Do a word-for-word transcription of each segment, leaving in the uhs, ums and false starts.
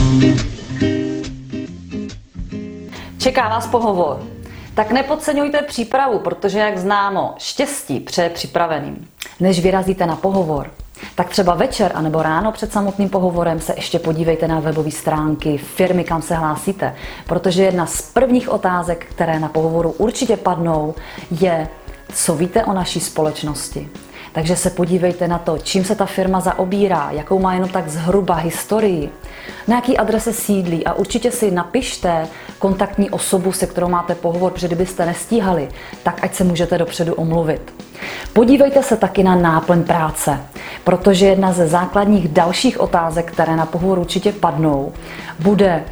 Čeká vás pohovor. Tak nepodceňujte přípravu, protože jak známo, štěstí přeje připraveným. Než vyrazíte na pohovor, tak třeba večer anebo ráno před samotným pohovorem se ještě podívejte na webové stránky firmy, kam se hlásíte, protože jedna z prvních otázek, které na pohovoru určitě padnou, je, co víte o naší společnosti. Takže se podívejte na to, čím se ta firma zaobírá, jakou má jenom tak zhruba historii, na jaký adrese sídlí a určitě si napište kontaktní osobu, se kterou máte pohovor, protože kdybyste nestíhali, tak ať se můžete dopředu omluvit. Podívejte se taky na náplň práce, protože jedna ze základních dalších otázek, které na pohovor určitě padnou, bude: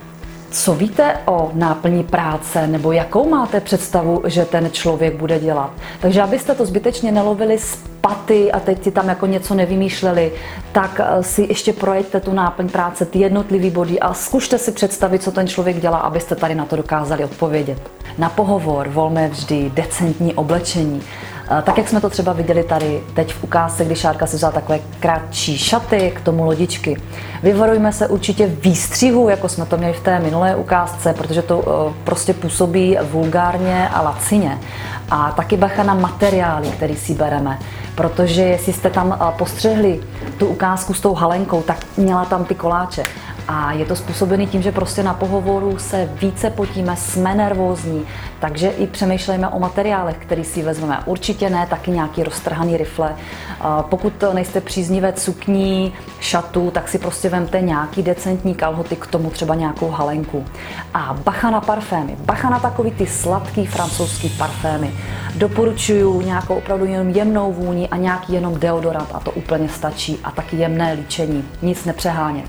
co víte o náplní práce, nebo jakou máte představu, že ten člověk bude dělat. Takže abyste to zbytečně nelovili z paty a teď si tam jako něco nevymýšleli, tak si ještě projeďte tu náplň práce, ty jednotlivý body a zkušte si představit, co ten člověk dělá, abyste tady na to dokázali odpovědět. Na pohovor volme vždy decentní oblečení. Tak, jak jsme to třeba viděli tady teď v ukázce, kdy Šárka si vzala takové kratší šaty, k tomu lodičky. Vyvarujme se určitě výstřihu, jako jsme to měli v té minulé ukázce, protože to prostě působí vulgárně a lacině. A taky bacha na materiály, který si bereme, protože jestli jste tam postřehli tu ukázku s tou halenkou, tak měla tam ty koláče. A je to způsobený tím, že prostě na pohovoru se více potíme, jsme nervózní, takže i přemýšlejme o materiálech, který si vezmeme. Určitě ne taky nějaký roztrhaný rifle. Pokud nejste příznivec sukní, šatů, tak si prostě vemte nějaký decentní kalhoty, k tomu třeba nějakou halenku. A bacha na parfémy, bacha na takový ty sladký francouzský parfémy. Doporučuju nějakou opravdu jenom jemnou vůni a nějaký jenom deodorant a to úplně stačí. A taky jemné líčení, nic nepřehánět.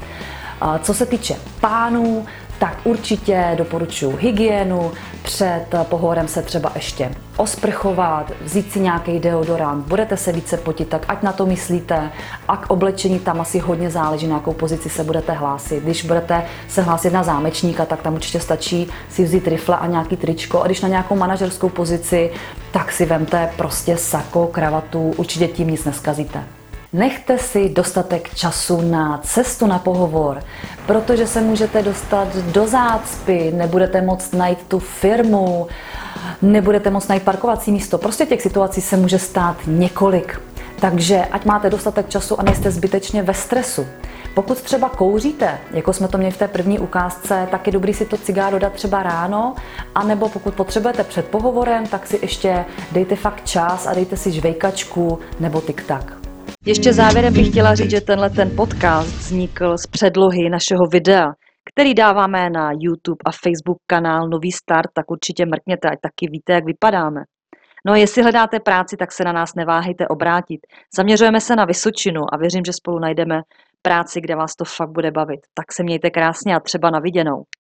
Co se týče pánů, tak určitě doporučuji hygienu, před pohovorem se třeba ještě osprchovat, vzít si nějaký deodorant, budete se více potit, tak ať na to myslíte. A k oblečení tam asi hodně záleží, na jakou pozici se budete hlásit. Když budete se hlásit na zámečníka, tak tam určitě stačí si vzít rifle a nějaký tričko. A když na nějakou manažerskou pozici, tak si vemte prostě sako, kravatu, určitě tím nic neskazíte. Nechte si dostatek času na cestu na pohovor, protože se můžete dostat do zácpy, nebudete moct najít tu firmu, nebudete moct najít parkovací místo. Prostě těch situací se může stát několik. Takže ať máte dostatek času a nejste zbytečně ve stresu. Pokud třeba kouříte, jako jsme to měli v té první ukázce, tak je dobrý si to cigáro dát třeba ráno, anebo pokud potřebujete před pohovorem, tak si ještě dejte fakt čas a dejte si žvejkačku nebo tik-tak. Ještě závěrem bych chtěla říct, že tenhle ten podcast vznikl z předlohy našeho videa, který dáváme na YouTube a Facebook kanál Nový start, tak určitě mrkněte, ať taky víte, jak vypadáme. No a jestli hledáte práci, tak se na nás neváhejte obrátit. Zaměřujeme se na Vysočinu a věřím, že spolu najdeme práci, kde vás to fakt bude bavit. Tak se mějte krásně a třeba na viděnou.